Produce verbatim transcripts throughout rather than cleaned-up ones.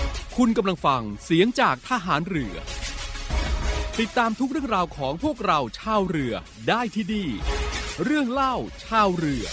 คุณกำลังฟังเสียงจากทหารเรือติดตามทุกเรื่องราวของพวกเราชาวเรือได้ที่นี่เรื่องเล่าชาวเรือ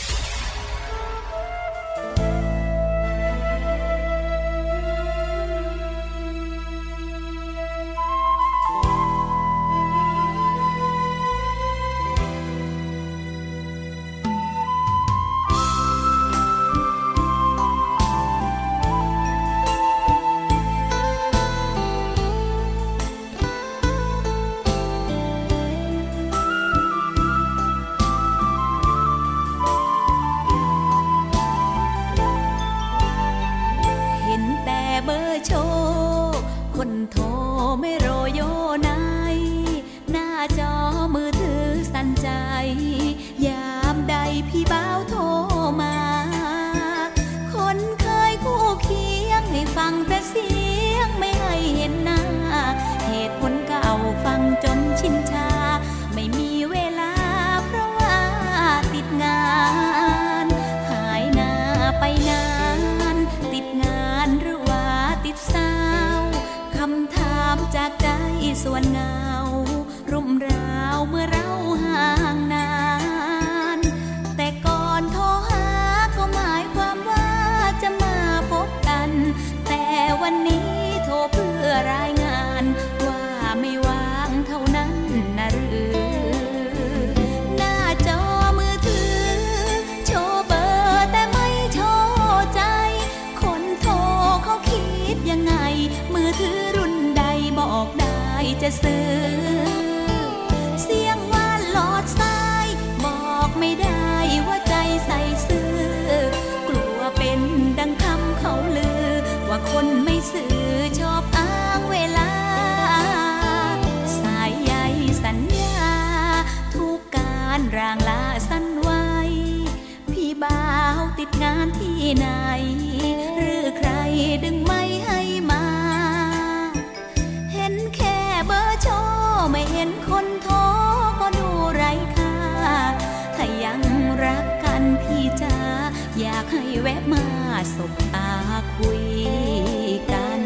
ส่วนเงารุ่มราวเมื่อเราห่างนานแต่ก่อนโทรหาก็หมายความว่าจะมาพบกันแต่วันนี้โทรเพื่อรายงานว่าไม่ว่างเท่านั้นนะหรือหน้าจอมือถือโชว์เบอร์แต่ไม่โชว์ใจคนโทรเขาคิดยังไงมือถือรุ่นใดบอกได้จะซื้อเสียงว่าหลอดสายบอกไม่ได้ว่าใจใส่ซื่อกลัวเป็นดังคำเขาลือว่าคนไม่ซื่อชอบอ้างเวลาสายใยสัญญาทุกการร่างลาสั้นไว้พี่บ่าวติดงานที่ไหนหรือใครดึงไม่ให้มาเห็นแค่เบอร์โชว์ไม่เห็นคนโทรก็ดูไร้ค่าถ้ายังรักกันพี่จ๋าอยากให้แวะมาสบตาคุยกัน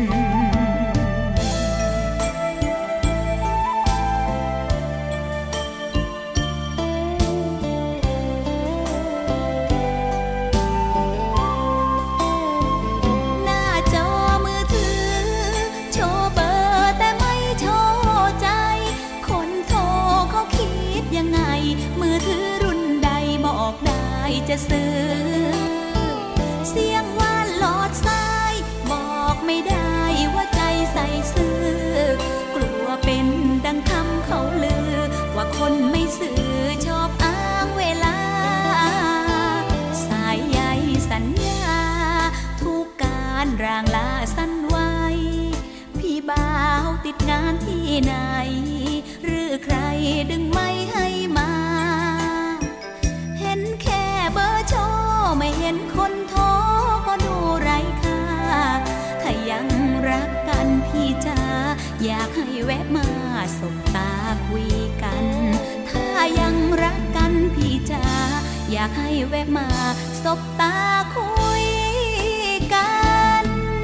จะซื้อเสียงว่าหลอดสายบอกไม่ได้ว่าใจใส่ซื่อกลัวเป็นดังคำเขาลือว่าคนไม่ซื่อชอบอ้างเวลาสายใยสัญญาทุกการร่างลาสั้นไว้พี่บ่าวติดงานที่ไหนหรือใครดึงไม่ให้มาเห็นแค่เบอร์โชว์ไม่เห็นคนโทรก็ดูไร้ค่าถ้ายังรักกันพี่จ๋าอยากให้แวะมาสบตาคุยกันถ้ายังรักกันพี่จ๋าอยากให้แวะมาสบตาคุยกัน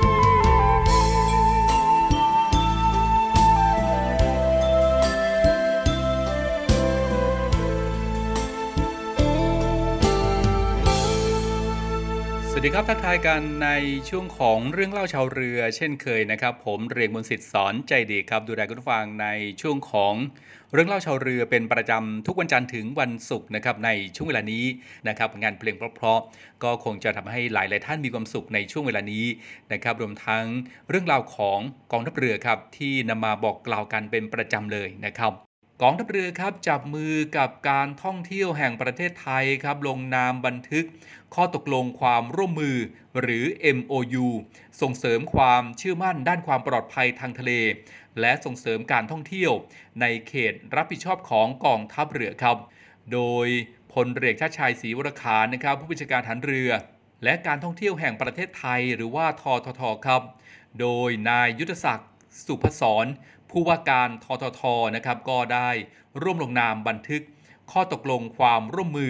สวัสดีครับทักทายกันในช่วงของเรื่องเล่าชาวเรือเช่นเคยนะครับผมเรียงมนต์สิทธิ์สอนใจดีครับดูแลคุณผู้ฟังในช่วงของเรื่องเล่าชาวเรือเป็นประจำทุกวันจันทร์ถึงวันศุกร์นะครับในช่วงเวลานี้นะครับงานเพลงเพราะๆก็คงจะทำให้หลายๆท่านมีความสุขในช่วงเวลานี้นะครับรวมทั้งเรื่องราวของกองทัพเรือครับที่นำมาบอกกล่าวกันเป็นประจำเลยนะครับกองทัพเรือครับจับมือกับการท่องเที่ยวแห่งประเทศไทยครับลงนามบันทึกข้อตกลงความร่วมมือหรือ เอ็ม โอ ยู ส่งเสริมความเชื่อมั่นด้านความปลอดภัยทางทะเลและส่งเสริมการท่องเที่ยวในเขตรับผิดชอบของกองทัพเรือครับโดยพลเรือชาติชายศรีวรขานนะครับผู้บัญชาการทหารเรือและการท่องเที่ยวแห่งประเทศไทยหรือว่าทททครับโดยนายยุทธศักดิ์สุพศรผู้ว่าการทททนะครับก็ได้ร่วมลงนามบันทึกข้อตกลงความร่วมมือ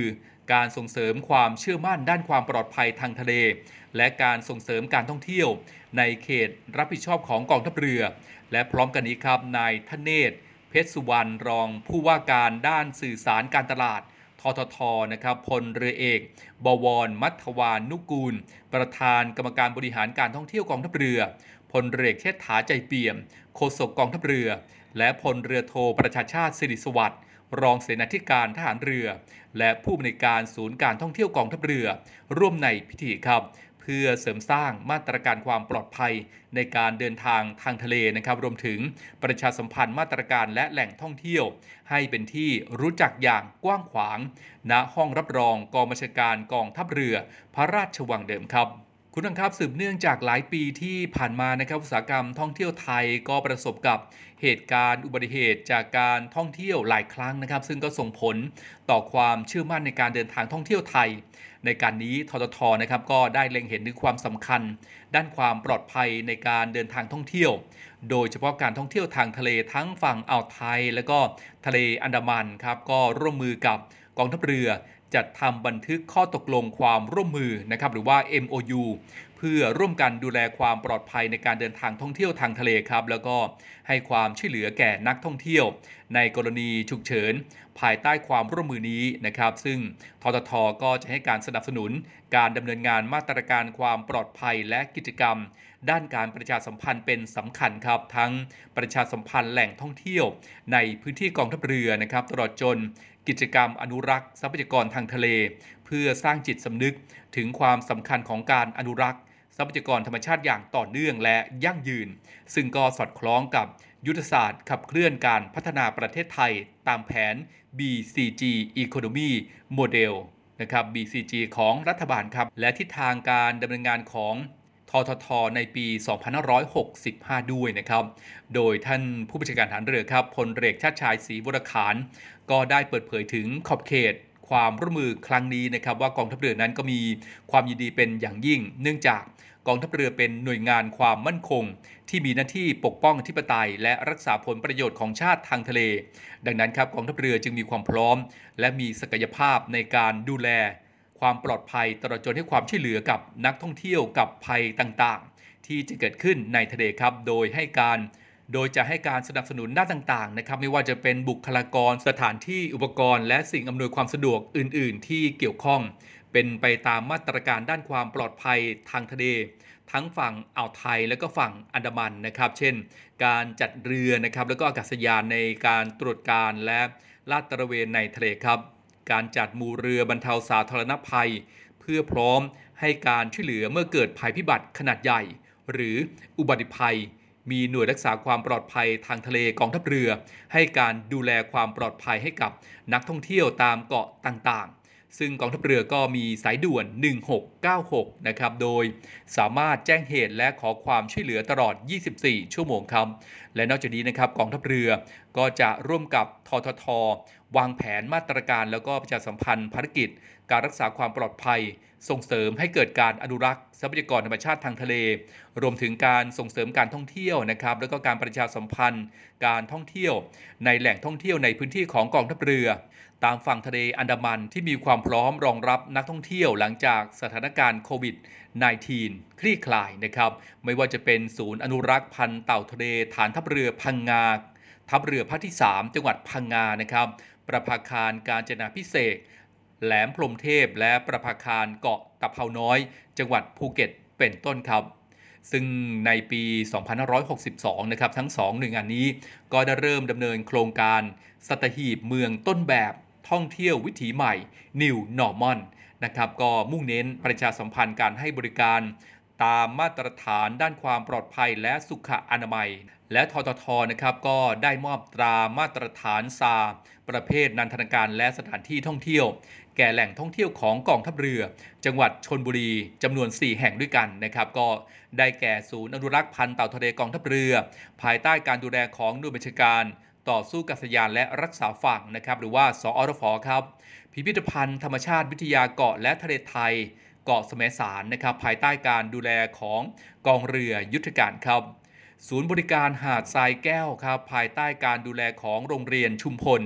การส่งเสริมความเชื่อมั่นด้านความปลอดภัยทางทะเลและการส่งเสริมการท่องเที่ยวในเขตรับผิดชอบของกองทัพเรือและพร้อมกันนี้ครับนายธเนศเพชรสุวรรณรองผู้ว่าการด้านสื่อสารการตลาดทททนะครับพลเรือเอกบวรมัทวานุกูลประธานกรรมการบริหารการท่องเที่ยวกองทัพเรือพลเรือเอกเชษฐาใจเปี่ยมโฆษกกองทัพเรือและพลเรือโทประชาชาติสิริสวัสดิ์รองเสนาธิการทหารเรือและผู้อำนวยการศูนย์การท่องเที่ยวกองทัพเรือร่วมในพิธีครับเพื่อเสริมสร้างมาตรการความปลอดภัยในการเดินทางทางทะเลนะครับรวมถึงประชาสัมพันธ์มาตรการและแหล่งท่องเที่ยวให้เป็นที่รู้จักอย่างกว้างขวางณห้องรับรองกองบัญชาการกองทัพเรือพระราชวังเดิมครับคุณผู้ชมครับสืบเนื่องจากหลายปีที่ผ่านมานะครับอุตสาหกรรมท่องเที่ยวไทยก็ประสบกับเหตุการณ์อุบัติเหตุจากการท่องเที่ยวหลายครั้งนะครับซึ่งก็ส่งผลต่อความเชื่อมั่นในการเดินทางท่องเที่ยวไทยในการนี้ทททนะครับก็ได้เล็งเห็นถึงความสำคัญด้านความปลอดภัยในการเดินทางท่องเที่ยวโดยเฉพาะการท่องเที่ยวทางทะเลทั้งฝั่งอ่าวไทยและก็ทะเลอันดามันครับก็ร่วมมือกับกองทัพเรือจัดทำบันทึกข้อตกลงความร่วมมือนะครับหรือว่า เอ็ม โอ ยู เพื่อร่วมกันดูแลความปลอดภัยในการเดินทางท่องเที่ยวทางทะเลครับแล้วก็ให้ความช่วยเหลือแก่นักท่องเที่ยวในกรณีฉุกเฉินภายใต้ความร่วมมือนี้นะครับซึ่งทททก็จะให้การสนับสนุนการดำเนินงานมาตรการความปลอดภัยและกิจกรรมด้านการประชาสัมพันธ์เป็นสำคัญครับทั้งประชาสัมพันธ์แหล่งท่องเที่ยวในพื้นที่กองทัพเรือนะครับตลอดจนกิจกรรมอนุรักษ์ทรัพยากรทางทะเลเพื่อสร้างจิตสำนึกถึงความสำคัญของการอนุรักษ์ทรัพยากรธรรมชาติอย่างต่อเนื่องและยั่งยืนซึ่งก็สอดคล้องกับยุทธศาสตร์ขับเคลื่อนการพัฒนาประเทศไทยตามแผน บี ซี จี Economy Model นะครับ บี ซี จี ของรัฐบาลครับและทิศทางการดำเนินงานของทททในปี สองพันห้าร้อยหกสิบห้า ด้วยนะครับโดยท่านผู้บัญชาการทหารเรือครับพลเรือชาติชายศรีวรขานก็ได้เปิดเผยถึงขอบเขตความร่วมมือครั้งนี้นะครับว่ากองทัพเรือนั้นก็มีความยินดีเป็นอย่างยิ่งเนื่องจากกองทัพเรือเป็นหน่วยงานความมั่นคงที่มีหน้าที่ปกป้องอธิปไตยและรักษาผลประโยชน์ของชาติทางทะเลดังนั้นครับกองทัพเรือจึงมีความพร้อมและมีศักยภาพในการดูแลความปลอดภัยตลอดจนให้ความช่วยเหลือกับนักท่องเที่ยวกับภัยต่างๆที่จะเกิดขึ้นในทะเลครับโดยให้การโดยจะให้การสนับสนุนด้านต่างๆนะครับไม่ว่าจะเป็นบุคลากรสถานที่อุปกรณ์และสิ่งอำนวยความสะดวกอื่นๆที่เกี่ยวข้องเป็นไปตามมาตรการด้านความปลอดภัยทางทะเลทั้งฝั่งอ่าวไทยและก็ฝั่งอันดามันนะครับเช่นการจัดเรือนะครับแล้วก็อากาศยานในการตรวจการและลาดตระเวนในทะเลครับการจัดหมู่เรือบรรเทาสาธารณภัยเพื่อพร้อมให้การช่วยเหลือเมื่อเกิดภัยพิบัติขนาดใหญ่หรืออุบัติภัยมีหน่วยรักษาความปลอดภัยทางทะเลกองทัพเรือให้การดูแลความปลอดภัยให้กับนักท่องเที่ยวตามเกาะต่างๆซึ่งกองทัพเรือก็มีสายด่วนหนึ่งหกเก้าหกนะครับโดยสามารถแจ้งเหตุและขอความช่วยเหลือตลอดยี่สิบสี่ชั่วโมงครับและนอกจากนี้นะครับกองทัพเรือก็จะร่วมกับทททวางแผนมาตรการแล้วก็ประชาสัมพันธ์ภารกิจการรักษาความปลอดภัยส่งเสริมให้เกิดการอนุรักษ์ทรัพยากรธรรมชาติทางทะเลรวมถึงการส่งเสริมการท่องเที่ยวนะครับแล้วก็การประชาสัมพันธ์การท่องเที่ยวในแหล่งท่องเที่ยวในพื้นที่ของกองทัพเรือตามฝั่งทะเลอันดามันที่มีความพร้อมรองรับนักท่องเที่ยวหลังจากสถานการณ์โควิด สิบเก้า คลี่คลายนะครับไม่ว่าจะเป็นศูนย์อนุรักษ์พันธุ์เต่าทะเลฐานทัพเรือพังงาทัพเรือภาคที่สามจังหวัดพังงานะครับประภาคารกาญจนาภิเษกแหลมพรหมเทพและประภาคารเกาะตะเภาน้อยจังหวัดภูเก็ตเป็นต้นครับซึ่งในปี สองพันห้าร้อยหกสิบสอง นะครับทั้งสองหน่วยงานนี้ก็ได้เริ่มดำเนินโครงการสัตหีบเมืองต้นแบบท่องเที่ยววิถีใหม่ New Normal นะครับก็มุ่งเน้นประชาสัมพันธ์การให้บริการตามมาตรฐานด้านความปลอดภัยและสุขอนามัยและทททนะครับก็ได้มอบตรามาตรฐานซาประเภทนันทนาการและสถานที่ท่องเที่ยวแก่แหล่งท่องเที่ยวของกองทัพเรือจังหวัดชลบุรีจำนวนสี่แห่งด้วยกันนะครับก็ได้แก่ศูนย์อนุรักษ์พันธุ์เต่าทะเลกองทัพเรือภายใต้การดูแลของหน่วยบัญชาการต่อสู้กัษยานและรักษาฝั่งนะครับหรือว่าสอรฟครับพิพิธภัณฑ์ธรรมชาติวิทยาเกาะและทะเลไทยเกาะแสมสารนะครับภายใต้การดูแลของกองเรือยุทธการครับศูนย์บริการหาดทรายแก้วครับภายใต้การดูแลของโรงเรียนชุมพล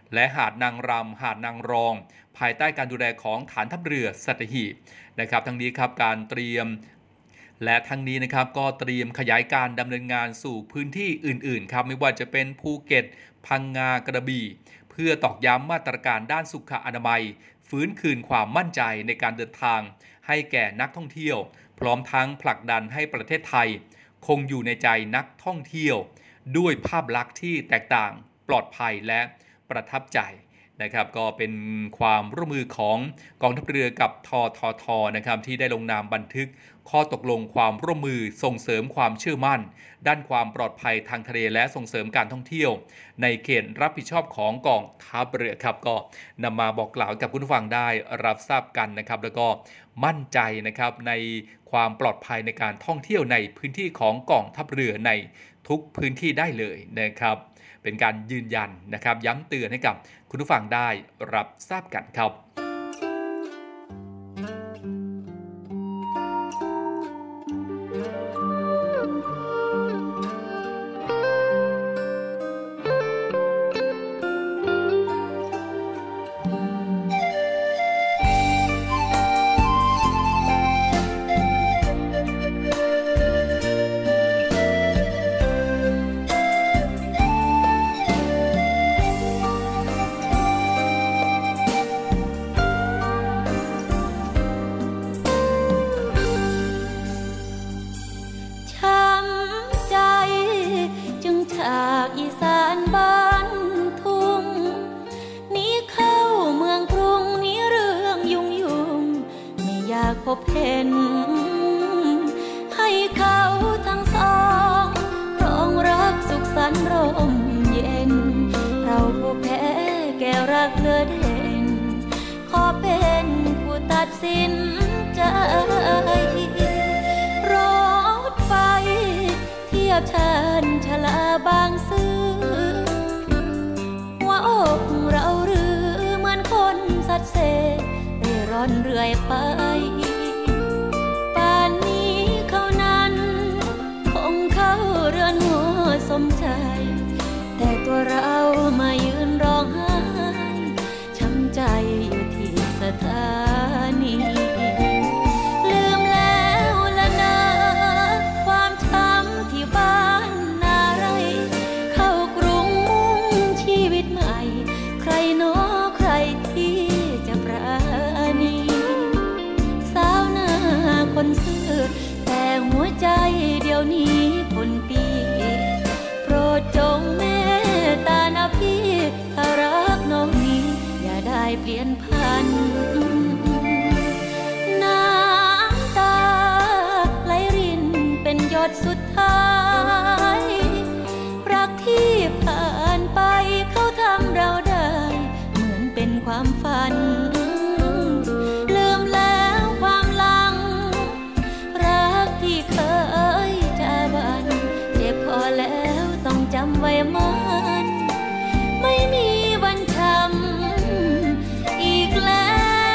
และหาดนางรำหาดนางรองภายใต้การดูแลของฐานทัพเรือสัตหีบนะครับทั้งนี้ครับการเตรียมและทั้งนี้นะครับก็เตรียมขยายการดำเนินงานสู่พื้นที่อื่นๆครับไม่ว่าจะเป็นภูเก็ตพังงากระบี่เพื่อตอกย้ำมาตรการด้านสุขอนามัยฟื้นคืนความมั่นใจในการเดินทางให้แก่นักท่องเที่ยวพร้อมทั้งผลักดันให้ประเทศไทยคงอยู่ในใจนักท่องเที่ยวด้วยภาพลักษณ์ที่แตกต่างปลอดภัยและประทับใจนะครับก็เป็นความร่วมมือของกองทัพเรือกับทททนะครับที่ได้ลงนามบันทึกข้อตกลงความร่วมมือส่งเสริมความเชื่อมั่นด้านความปลอดภัยทางทะเลและส่งเสริมการท่องเที่ยวในเขตรับผิดชอบของกองทัพเรือครับก็นำมาบอกกล่าวกับคุณผู้ฟังได้รับทราบกันนะครับแล้วก็มั่นใจนะครับในความปลอดภัยในการท่องเที่ยวในพื้นที่ของกองทัพเรือในทุกพื้นที่ได้เลยนะครับเป็นการยืนยันนะครับย้ำเตือนให้กับคุณผู้ฟังได้รับทราบกันครับพบเห็นให้เขาทั้งสองครองรักสุขสันต์ร่มเย็นเราผู้แพ้แก่รักเลือเด่นขอเป็นผู้ตัดสินใจรถไฟเทียบชันชลาบางซื่อหัวอกเราหรือเหมือนคนสัตย์เสเร่ร่อนเรื่อยไปป่านนี้เขานั้นคงเข้าเรือนหัวสมใจแต่ตัวเรามายืนร้องไห้ช้ำใจอยู่ที่สถานีลืมแล้วละนะความช้ำที่บ้านนาไรเข้ากรุงมุ่งชีวิตใหม่ใครโน้ใครที่จะปราณีสาวหน้าคนซื่อแต่หัวใจเดี๋ยวนี้ผลปีโปรดจงเมตตานะพี่ถ้ารักน้องนี้อย่าได้เปลี่ยนพันน้ำตาไหลรินเป็นหยดสุดท้ายรักที่ผ่านไปเขาทำเราได้เหมือนเป็นความฝันลืมแล้วความหลังรักที่เคยจะบันเจ็บพอแล้วต้องจำไว้มันไม่มีวันช้ำอีกแล้ว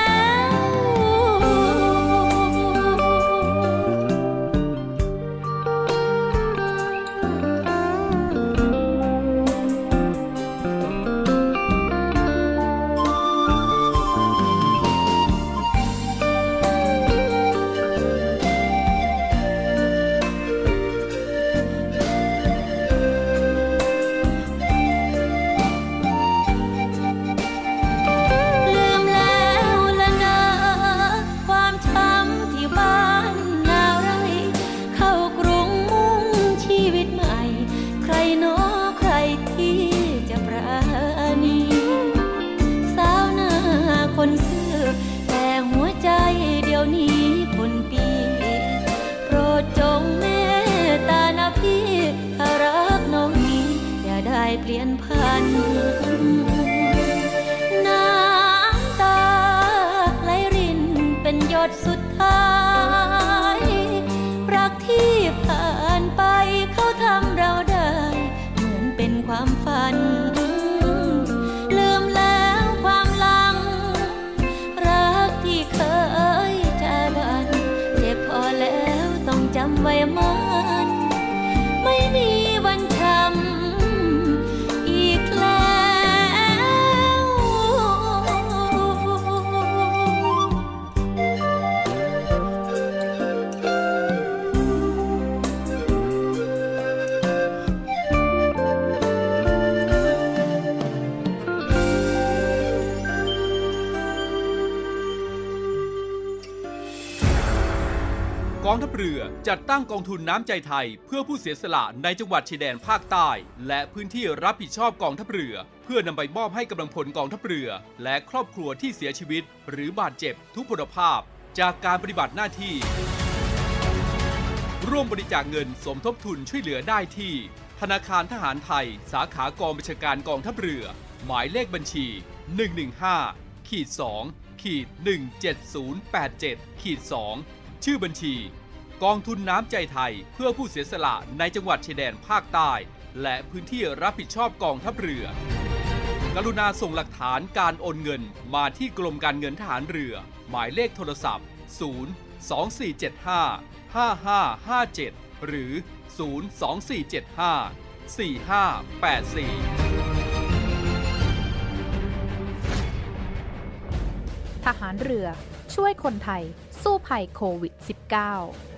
คนซื่อแต่หัวใจเดี๋ยวนี้คนปีโปรดจงเมตตานะพี่ถ้ารักน้องนี้อย่าได้เปลี่ยนพันน้ำตาไหลรินเป็นหยดสุดท้ายรักที่ผ่านไปเขาทำเราได้เหมือนเป็นความฝันลืมแล้วความหลังรักที่เคยจะบันเจ็บพอแล้วต้องจำไว้มันไม่มีวันช้ำอีกแล้วกองทัพเรือจัดตั้งกองทุนน้ำใจไทยเพื่อผู้เสียสละในจังหวัดชายแดนภาคใต้และพื้นที่รับผิดชอบกองทัพเรือเพื่อนำไปมอบให้กำลังพลกองทัพเรือและครอบครัวที่เสียชีวิตหรือบาดเจ็บทุกพลภาพจากการปฏิบัติหน้าที่ร่วมบริจาคเงินสมทบทุนช่วยเหลือได้ที่ธนาคารทหารไทยสาขากองบัญชาการกองทัพเรือหมายเลขบัญชี หนึ่ง หนึ่ง ห้า สอง หนึ่ง เจ็ด ศูนย์ แปด เจ็ด สอง ชื่อบัญชีกองทุนน้ำใจไทยเพื่อผู้เสียสละในจังหวัดชายแดนภาคใต้และพื้นที่รับผิดชอบกองทัพเรือกรุณาส่งหลักฐานการโอนเงินมาที่กรมการเงินทหารเรือหมายเลขโทรศัพท์ ศูนย์ สอง สี่ เจ็ด ห้า ห้า ห้า ห้า เจ็ด หรือ ศูนย์ สอง สี่ เจ็ด ห้า สี่ ห้า แปด สี่ทหารเรือช่วยคนไทยสู้ภัยโควิด สิบเก้า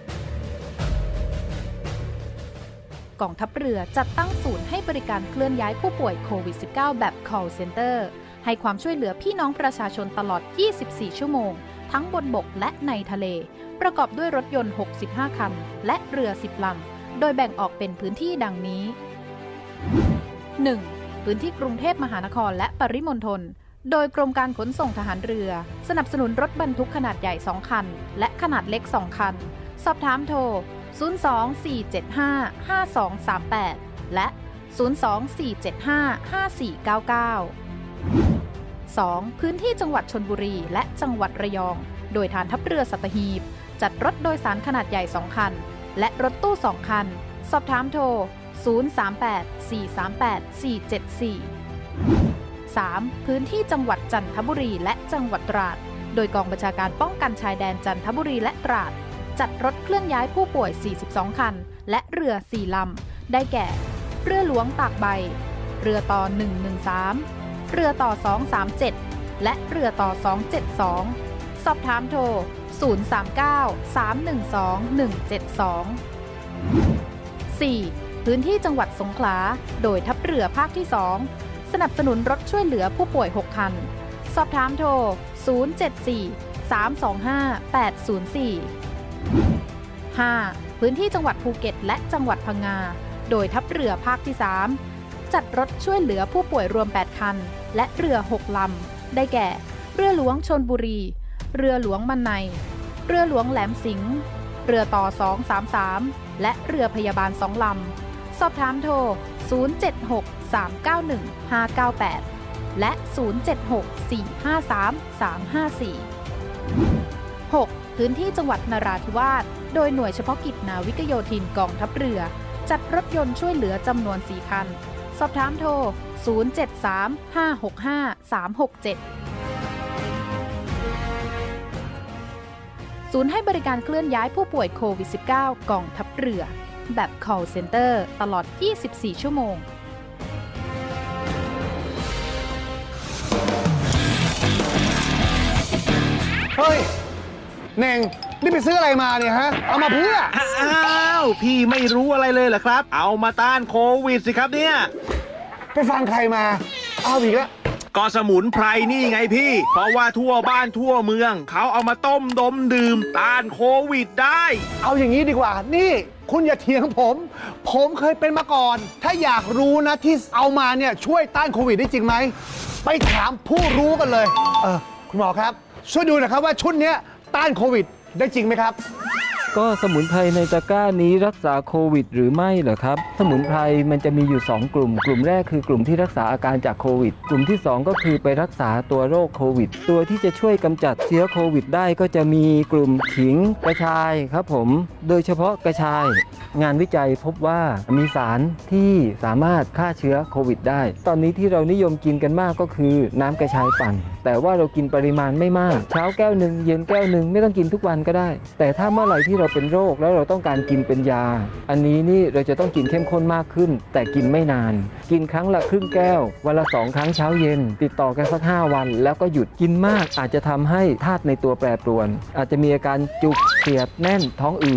กองทัพเรือจัดตั้งศูนย์ให้บริการเคลื่อนย้ายผู้ป่วยโควิด สิบเก้า แบบ call center ให้ความช่วยเหลือพี่น้องประชาชนตลอด ยี่สิบสี่ ชั่วโมงทั้งบนบกและในทะเลประกอบด้วยรถยนต์ หกสิบห้า คันและเรือ สิบ ลำโดยแบ่งออกเป็นพื้นที่ดังนี้ หนึ่ง พื้นที่กรุงเทพมหานครและปริมณฑลโดยกรมการขนส่งทหารเรือสนับสนุนรถบรรทุกขนาดใหญ่ สอง คันและขนาดเล็ก สอง คันสอบถามโทร ศูนย์ สอง สี่ เจ็ด ห้า ห้า สอง สาม แปด และ ศูนย์ สอง สี่ เจ็ด ห้า ห้า สี่ เก้า เก้า สอง พื้นที่จังหวัดชลบุรีและจังหวัดระยองโดยฐานทัพเรือสัตหีบจัดรถโดยสารขนาดใหญ่ สอง คันและรถตู้ สอง คันสอบถามโทร ศูนย์ สาม แปด สี่ สาม แปด สี่ เจ็ด สี่ สาม พื้นที่จังหวัดจันทบุรีและจังหวัดตราดโดยกองบัญชาการป้องกันชายแดนจันทบุรีและตราดจัดรถเคลื่อนย้ายผู้ป่วย สี่สิบสอง คันและเรือ สี่ ลำได้แก่เรือหลวงตากใบเรือต่อ หนึ่ง หนึ่ง สาม เรือต่อ สอง สาม เจ็ด และเรือต่อ สอง เจ็ด สอง สอบถามโทร ศูนย์ สาม เก้า สาม หนึ่ง สอง หนึ่ง เจ็ด สอง สี่ พื้นที่จังหวัดสงขลาโดยทัพเรือภาคที่ สองสนับสนุนรถช่วยเหลือผู้ป่วย หก คันสอบถามโทร ศูนย์ เจ็ด สี่ สาม สอง ห้า แปด ศูนย์ สี่ ห้า พื้นที่จังหวัดภูเก็ตและจังหวัดพังงาโดยทัพเรือภาคที่ สาม จัดรถช่วยเหลือผู้ป่วยรวม แปด คันและเรือ หก ลำได้แก่เรือหลวงชลบุรีเรือหลวงมันในเรือหลวงแหลมสิงห์เรือต่อ สอง สาม สาม และเรือพยาบาล สอง ลำสอบถามโทร ศูนย์ เจ็ด หก สาม เก้า หนึ่ง ห้า เก้า แปด และ ศูนย์ เจ็ด หก สี่ ห้า สาม สาม ห้า สี่ หก พื้นที่จังหวัดนราธิวาสโดยหน่วยเฉพาะกิจนาวิกโยธินกองทัพเรือจัดรถยนต์ช่วยเหลือจำนวน สี่ คันสอบถามโทร ศูนย์ เจ็ด สาม ห้า หก ห้า สาม หก เจ็ด ศูนย์ให้บริการเคลื่อนย้ายผู้ป่วยโควิด สิบเก้า กองทัพเรือแบบ call center ตลอด ยี่สิบสี่ ชั่วโมงเฮ้ยเน่งนี่ไปซื้ออะไรมาเนี่ยฮะเอามาเพื่ออ้าวพี่ไม่รู้อะไรเลยเหรอครับเอามาต้านโควิดสิครับเนี่ยไปฟังใครมาเอาอีกแล้วก็สมุนไพรนี่ไงพี่เพราะว่าทั่วบ้านทั่วเมืองเขาเอามาต้มดมดื่มต้านโควิดได้เอาอย่างนี้ดีกว่านี่คุณอย่าเถียงผมผมเคยเป็นมาก่อนถ้าอยากรู้นะที่เอามาเนี่ยช่วยต้านโควิดได้จริงไหมไปถามผู้รู้กันเลยเออคุณหมอครับช่วยดูหน่อยครับว่าชุดนี้ต้านโควิดได้จริงไหมครับก็สมุนไพรในตะกร้านี้รักษาโควิดหรือไม่เหรอครับสมุนไพรมันจะมีอยู่สองกลุ่มกลุ่มแรกคือกลุ่มที่รักษาอาการจากโควิดกลุ่มที่สองก็คือไปรักษาตัวโรคโควิดตัวที่จะช่วยกำจัดเชื้อโควิดได้ก็จะมีกลุ่มขิงกระชายครับผมโดยเฉพาะกระชายงานวิจัยพบว่ามีสารที่สามารถฆ่าเชื้อโควิดได้ตอนนี้ที่เรานิยมกินกันมากก็คือน้ำกระชายปั่นแต่ว่าเรากินปริมาณไม่มากเช้าแก้วหนึ่งเย็นแก้วหนึ่งไม่ต้องกินทุกวันก็ได้แต่ถ้าเมื่อไหร่ที่เราเป็นโรคแล้วเราต้องการกินเป็นยาอันนี้นี่เราจะต้องกินเข้มข้นมากขึ้นแต่กินไม่นานกินครั้งละครึ่งแก้ววันละสองครั้งเช้าเย็นติดต่อกันสักห้าวันแล้วก็หยุดกินมากอาจจะทำให้ธาตุในตัวแปรปรวนอาจจะมีอาการจุกเสียดแน่นท้องอืด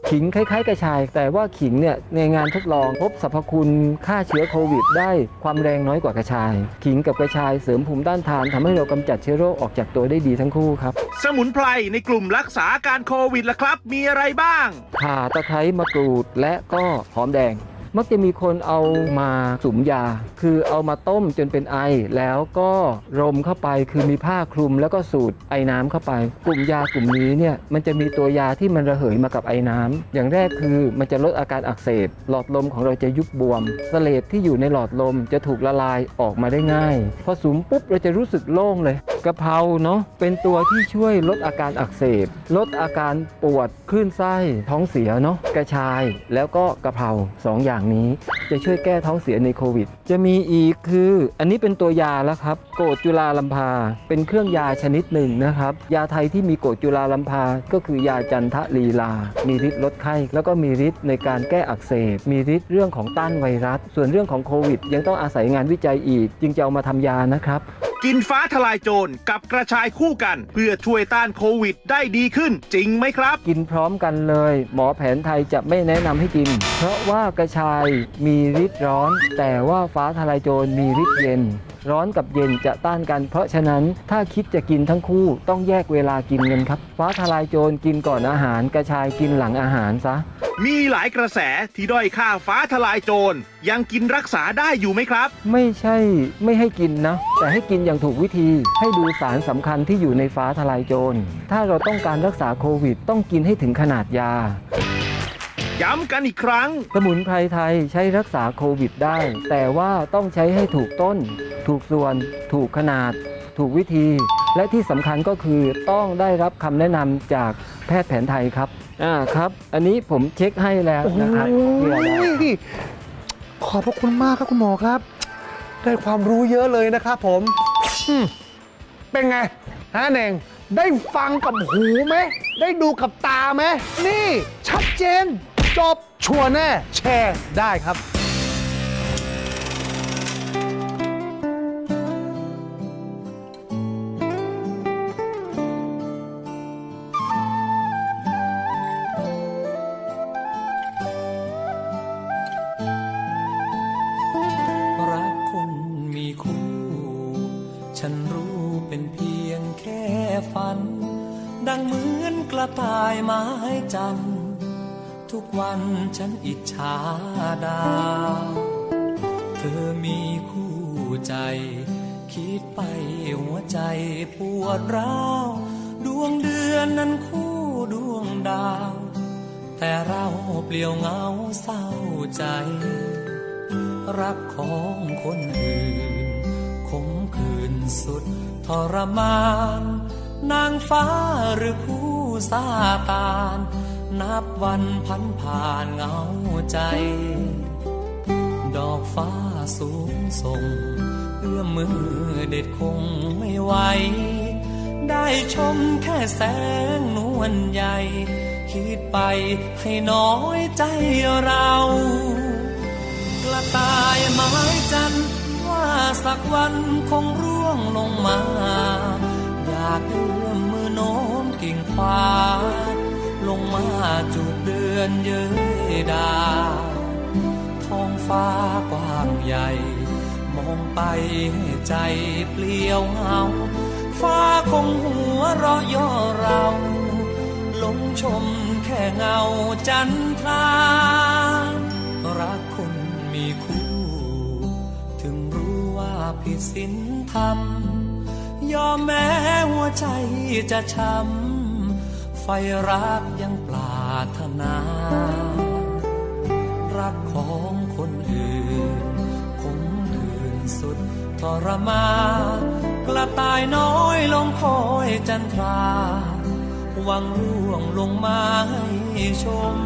ขิงคล้ายๆกระชายแต่ว่าขิงเนี่ยในงานทดลองพบสรรพคุณฆ่าเชื้อโควิดได้ความแรงน้อยกว่ากระชายขิงกับกระชายเสริมภูมิต้านทานทำให้เรากำจัดเชื้อโรคออกจากตัวได้ดีทั้งคู่ครับสมุนไพรในกลุ่มรักษาอาการโควิดล่ะครับมีอะไรบ้างข่าตะไคร้มะกรูดและก็หอมแดงมักจะมีคนเอามาสุมยาคือเอามาต้มจนเป็นไอแล้วก็รมเข้าไปคือมีผ้าคลุมแล้วก็สูดไอน้ำเข้าไปกลุ่มยากลุ่มนี้เนี่ยมันจะมีตัวยาที่มันระเหยมากับไอน้ำอย่างแรกคือมันจะลดอาการอักเสบหลอดลมของเราจะยุบบวมเสลดที่อยู่ในหลอดลมจะถูกละลายออกมาได้ง่ายพอสุมปุ๊บเราจะรู้สึกโล่งเลยกะเพราเนาะเป็นตัวที่ช่วยลดอาการอักเสบลดอาการปวดคลื่นไส้ท้องเสียเนาะกระชายแล้วก็กะเพราสองอย่างนี้จะช่วยแก้ท้องเสียในโควิดจะมีอีกคืออันนี้เป็นตัวยาแล้วครับโกรธจุฬาลัมพาเป็นเครื่องยาชนิดหนึ่งนะครับยาไทยที่มีโกรธจุฬาลัมพาก็คือยาจันทลีลามีฤทธิ์ลดไข้แล้วก็มีฤทธิ์ในการแก้อักเสบมีฤทธิ์เรื่องของต้านไวรัสส่วนเรื่องของโควิดยังต้องอาศัยงานวิจัยอีกจึงจะเอามาทำยานะครับกินฟ้าทลายโจรกับกระชายคู่กันเพื่อช่วยต้านโควิดได้ดีขึ้นจริงไหมครับกินพร้อมกันเลยหมอแผนไทยจะไม่แนะนำให้กินเพราะว่ากระชายมีฤทธิ์ร้อนแต่ว่าฟ้าทลายโจรมีฤทธิ์เย็นร้อนกับเย็นจะต้านกันเพราะฉะนั้นถ้าคิดจะกินทั้งคู่ต้องแยกเวลากินกันครับฟ้าทลายโจรกินก่อนอาหารกระชายกินหลังอาหารซะมีหลายกระแสที่ด้อยค่าฟ้าทลายโจรยังกินรักษาได้อยู่ไหมครับไม่ใช่ไม่ให้กินนะแต่ให้กินอย่างถูกวิธีให้ดูสารสำคัญที่อยู่ในฟ้าทลายโจรถ้าเราต้องการรักษาโควิดต้องกินให้ถึงขนาดยาย้ำกันอีกครั้งสมุนไพรไทยใช้รักษาโควิดได้แต่ว่าต้องใช้ให้ถูกต้นถูกส่วนถูกขนาดถูกวิธีและที่สำคัญก็คือต้องได้รับคำแนะนำจากแพทย์แผนไทยครับอ่าครับอันนี้ผมเช็คให้แล้วนะครับขอบพระคุณมากครับคุณหมอครับได้ความรู้เยอะเลยนะครับผมเป็นไงฮะเน่งได้ฟังกับหูไหมได้ดูกับตาไหมนี่ชัดเจนจบชัวร์แน่แชร์ได้ครับรักคนมีคู่ฉันรู้เป็นเพียงแค่ฝันดังเหมือนกระต่ายไม้จันทร์ทุกวันฉันอิจฉาดาวเธอมีคู่ใจคิดไปหัวใจปวดร้าวดวงเดือนนั้นคู่ดวงดาวแต่เราเปลี่ยวเหงาเศร้าใจรักของคนอื่นคงคืนสุดทรมานนางฟ้าหรือคู่ซาตานนับวันพันผ่านเหงาใจดอกฟ้าสูงส่งเอื้อมมือเด็ดคงไม่ไหวได้ชมแค่แสงนวลใหญ่คิดไปให้น้อยใจเรากระต่ายไม้จันทร์ว่าสักวันคงร่วงลงมาอยากเอื้อมมือโน้มกิ่งฟ้าลงมาจูบเดือนเย้ยดาวท้องฟ้ากว้างใหญ่มองไปให้ใจเปลี่ยวเหงาฟ้าคงหัวเราะย่อเราหลงชมแค่เงาจันทรารักคนมีคู่ถึงรู้ว่าผิดศีลธรรมยอมแม้หัวใจจะช้ำไฟรักยังปรารถนารักของคนอื่นคงคืนสุดทรมานกระต่ายน้อยลงคอยจันทราหวังร่วงลงมาให้ชม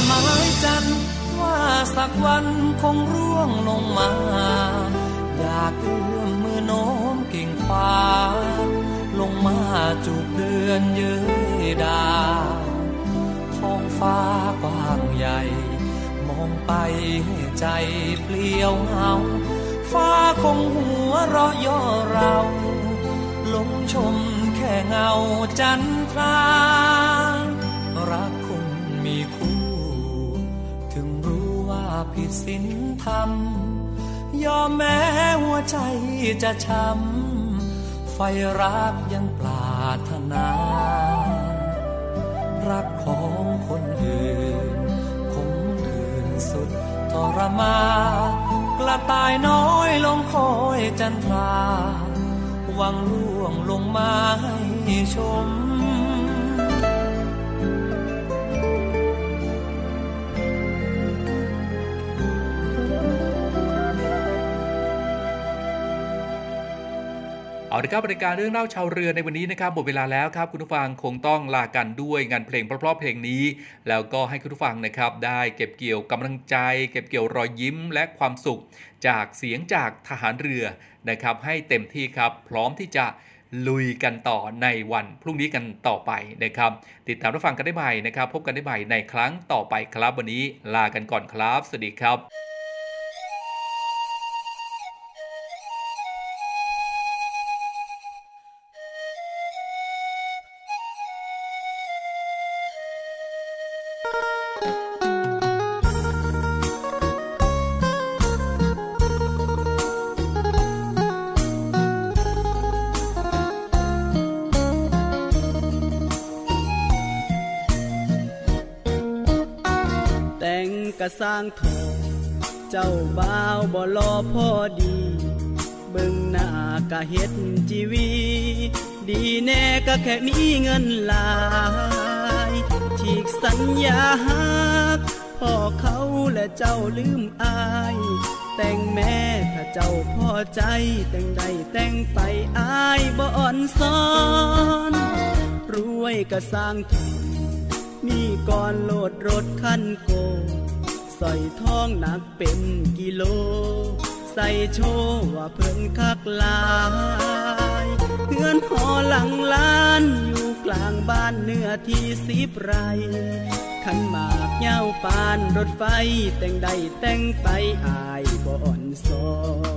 ไม้จันทร์ว่าสักวันคงร่วงลงมาอยากเอื้อมมือโน้มกิ่งฟ้าลงมาจูบเดือนเย้ยดาวท้องฟ้ากว้างใหญ่มองไปให้ใจเปลี่ยวเหงาฟ้าคงหัวเราะย่อเราลงชมแค่เงาจันทรารักคงมีคู่ถึงรู้ว่าผิดศีลธรรมยอมแม้หัวใจจะช้ำไฟรักยังปรารถนารักของคนอื่นคงอื่นสุดทรมากระต่ายน้อยลงคอยจันทราหวังล่วงลงมาให้ชมเอาละครับรายการเรื่องเล่าชาวเรือในวันนี้นะครับหมดเวลาแล้วครับคุณผู้ฟังคงต้องลากันด้วยงานเพลงเพราะๆเพลงนี้แล้วก็ให้คุณผู้ฟังนะครับได้เก็บเกี่ยวกำลังใจเก็บเกี่ยวรอยยิ้มและความสุขจากเสียงจากทหารเรือนะครับให้เต็มที่ครับพร้อมที่จะลุยกันต่อในวันพรุ่งนี้กันต่อไปนะครับติดตามรับฟังกันได้ใหม่นะครับพบกันได้ใหม่ในครั้งต่อไปครับวันนี้ลากันก่อนครับสวัสดีครับกะสร้างทองเจ้าบ่าวบ่รอพอดีเบิ่งหน้ากะเฮ็ดจีวีดีแน่ก็แค่มีเงินหลายฉีกสัญญาฮักพ่อเขาและเจ้าลืมอายแต่งแม่ถ้าเจ้าพอใจแต่งใดแต่งไปอายบ่อ่อนซ้อนรวยกะสร้างทองมีก่อนโลดรถคันโกใส่ทองหนักเป็นกิโลใส่โชว์ว่าเพิ่นคักหลายเฮือนหอหลังล้านอยู่กลางบ้านเนื้อที่สิบไร่ขันหมากเหย้าปานรถไฟแต่งใดแต่งไปอายบ่อ่อนซ้อน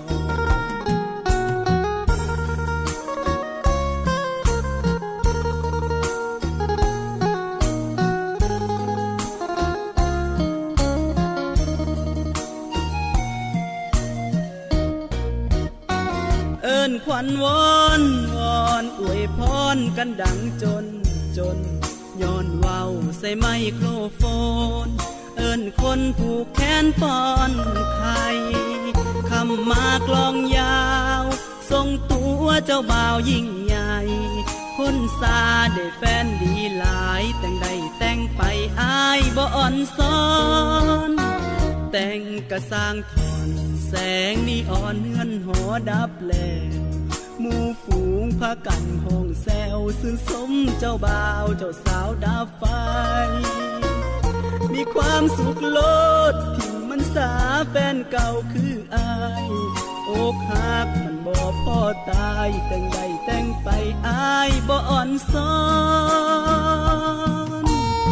ขวัญวอนวอนอวยพรกันดังจนจนย้อนเว้าใส่ไมโครโฟนเอิ้นคนผูกแขนป้อนไข่คำมากลองยาวทรงตัวเจ้าบ่าวยิ่งใหญ่คนซาได้แฟนดีหลายแต่งใดแต่งไปอายบ่อ่อนซ้อนแต่งกะสร้างทอนแสงนีออนเฮือนหอดับแล้วหมู่ฝูงพากันห้องแซวซึ่งสมเจ้าบ่าวเจ้าสาวดับไฟมีความสุขโลดที่มันสาแฟนเก่าคืออายอกหักมันบ่พอตายแต่งใดแต่งไปอายบ่อ่อนซ้อน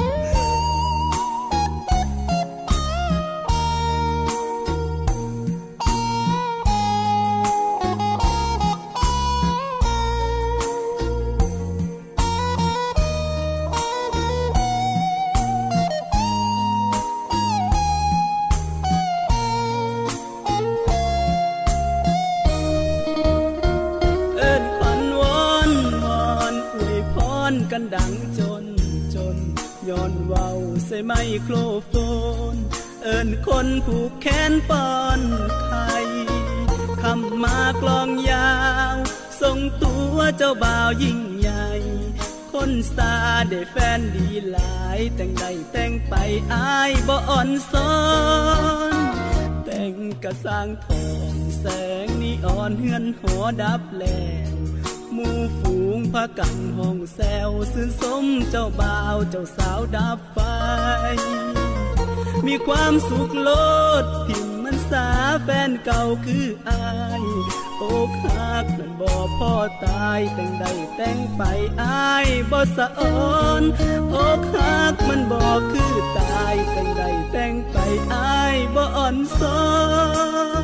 กันดังจนจนย้อนเว้าใส่ไมโครโฟนเอิ้นคนผูกแขนป้อนไข่คำมากลองยาวทรงตัวเจ้าบ่าวยิ่งใหญ่คนซาได้แฟนดีหลายแต่งใดแต่งไปอายบ่อ่อนซ้อนแต่งกะสร้างทองแสงนีออนเฮือนหอดับแล้วหมู่ฝูงพากันห้องแซวซื่นสมเจ้าบ่าวเจ้าสาวดับไฟมีความสุขโลดทิ่มมันสาแฟนเก่าคืออายอกหักมันบ่พอตายแต่งใดแต่งไปอายบ่สะอ่อนอกหักมันบ่คือตายแต่งใดแต่งไปอายบ่อ่อนซ้อน